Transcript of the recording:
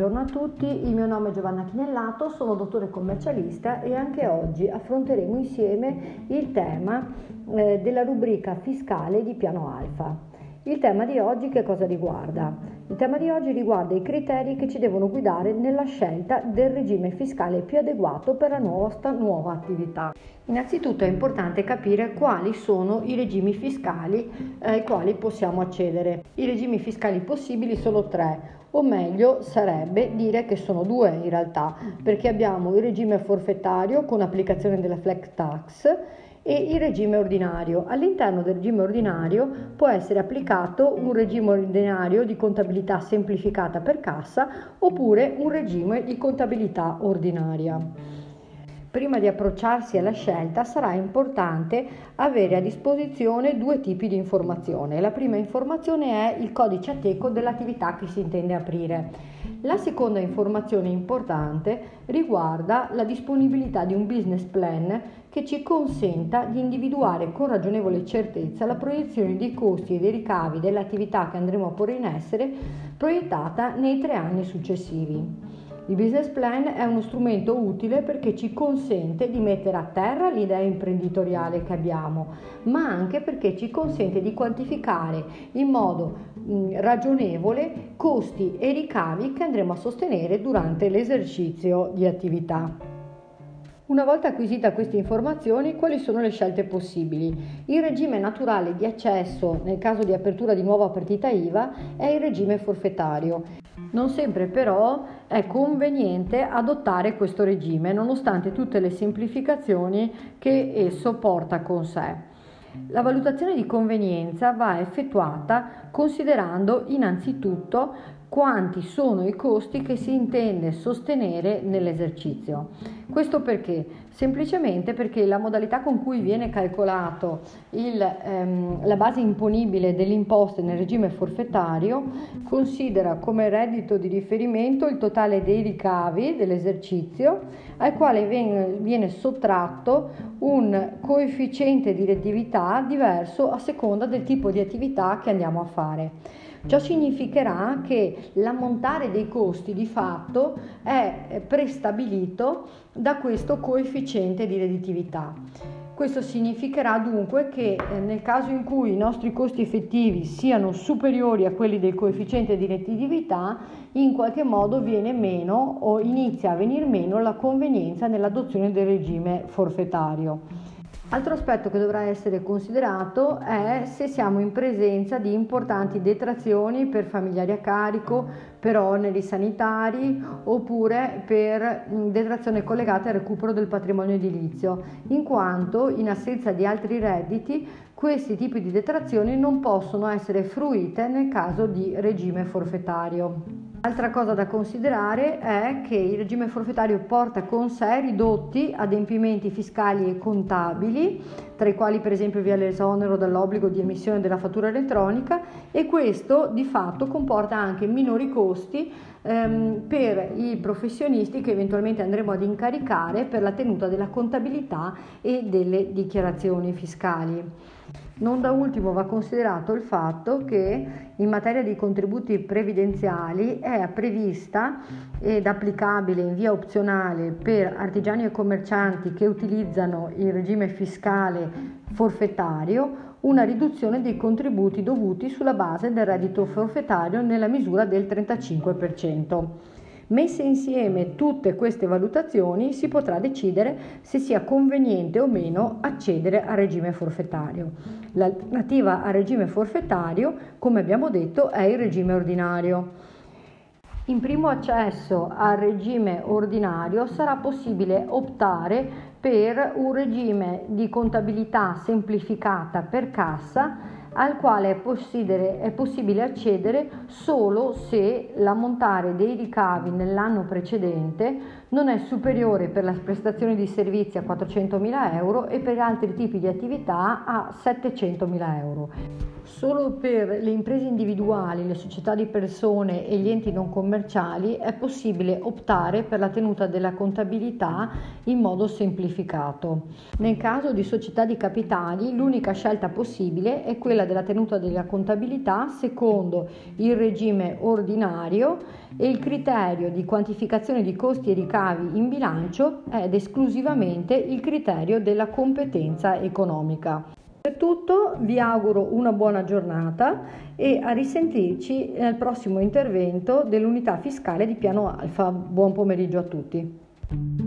buongiorno a tutti, il mio nome è Giovanna Chinellato, sono dottore commercialista e anche oggi affronteremo insieme il tema della rubrica fiscale di Piano Alfa. Il tema di oggi che cosa riguarda? Il tema di oggi riguarda i criteri che ci devono guidare nella scelta del regime fiscale più adeguato per la nostra nuova attività. Innanzitutto è importante capire quali sono i regimi fiscali ai quali possiamo accedere. I regimi fiscali possibili sono tre, o meglio sarebbe dire che sono due in realtà, perché abbiamo il regime forfettario con applicazione della flat tax e il regime ordinario. All'interno del regime ordinario può essere applicato un regime ordinario di contabilità semplificata per cassa oppure un regime di contabilità ordinaria. Prima di approcciarsi alla scelta sarà importante avere a disposizione due tipi di informazione. La prima informazione è il codice Ateco dell'attività che si intende aprire. La seconda informazione importante riguarda la disponibilità di un business plan che ci consenta di individuare con ragionevole certezza la proiezione dei costi e dei ricavi dell'attività che andremo a porre in essere proiettata nei 3 anni successivi. Il business plan è uno strumento utile perché ci consente di mettere a terra l'idea imprenditoriale che abbiamo, ma anche perché ci consente di quantificare in modo ragionevole costi e ricavi che andremo a sostenere durante l'esercizio di attività. Una volta acquisita queste informazioni, quali sono le scelte possibili? Il regime naturale di accesso nel caso di apertura di nuova partita IVA è il regime forfettario. Non sempre però è conveniente adottare questo regime, nonostante tutte le semplificazioni che esso porta con sé. La valutazione di convenienza va effettuata considerando innanzitutto quanti sono i costi che si intende sostenere nell'esercizio. Questo perché? Semplicemente perché la modalità con cui viene calcolato la base imponibile delle imposte nel regime forfettario considera come reddito di riferimento il totale dei ricavi dell'esercizio al quale viene sottratto un coefficiente di redditività diverso a seconda del tipo di attività che andiamo a fare. Ciò significherà che l'ammontare dei costi di fatto è prestabilito da questo coefficiente di redditività. Questo significherà dunque che nel caso in cui i nostri costi effettivi siano superiori a quelli del coefficiente di redditività, in qualche modo viene meno o inizia a venir meno la convenienza nell'adozione del regime forfettario. Altro aspetto che dovrà essere considerato è se siamo in presenza di importanti detrazioni per familiari a carico, per oneri sanitari oppure per detrazione collegate al recupero del patrimonio edilizio, in quanto in assenza di altri redditi questi tipi di detrazioni non possono essere fruite nel caso di regime forfettario. Altra cosa da considerare è che il regime forfettario porta con sé ridotti adempimenti fiscali e contabili, tra i quali per esempio vi è l'esonero dall'obbligo di emissione della fattura elettronica, e questo di fatto comporta anche minori costi per i professionisti che eventualmente andremo ad incaricare per la tenuta della contabilità e delle dichiarazioni fiscali. Non da ultimo va considerato il fatto che in materia di contributi previdenziali è prevista ed applicabile in via opzionale per artigiani e commercianti che utilizzano il regime fiscale forfettario una riduzione dei contributi dovuti sulla base del reddito forfettario nella misura del 35%. Messe insieme tutte queste valutazioni si potrà decidere se sia conveniente o meno accedere al regime forfettario. L'alternativa al regime forfettario, come abbiamo detto, è il regime ordinario. In primo accesso al regime ordinario sarà possibile optare per un regime di contabilità semplificata per cassa al quale è possibile accedere solo se l'ammontare dei ricavi nell'anno precedente non è superiore per la prestazione di servizi a 400.000 euro e per altri tipi di attività a 700.000 euro. Solo per le imprese individuali, le società di persone e gli enti non commerciali è possibile optare per la tenuta della contabilità in modo semplificato. Nel caso di società di capitali, l'unica scelta possibile è quella quella della tenuta della contabilità secondo il regime ordinario e il criterio di quantificazione di costi e ricavi in bilancio ed esclusivamente il criterio della competenza economica. Per tutto vi auguro una buona giornata e a risentirci nel prossimo intervento dell'unità fiscale di Piano Alfa. Buon pomeriggio a tutti.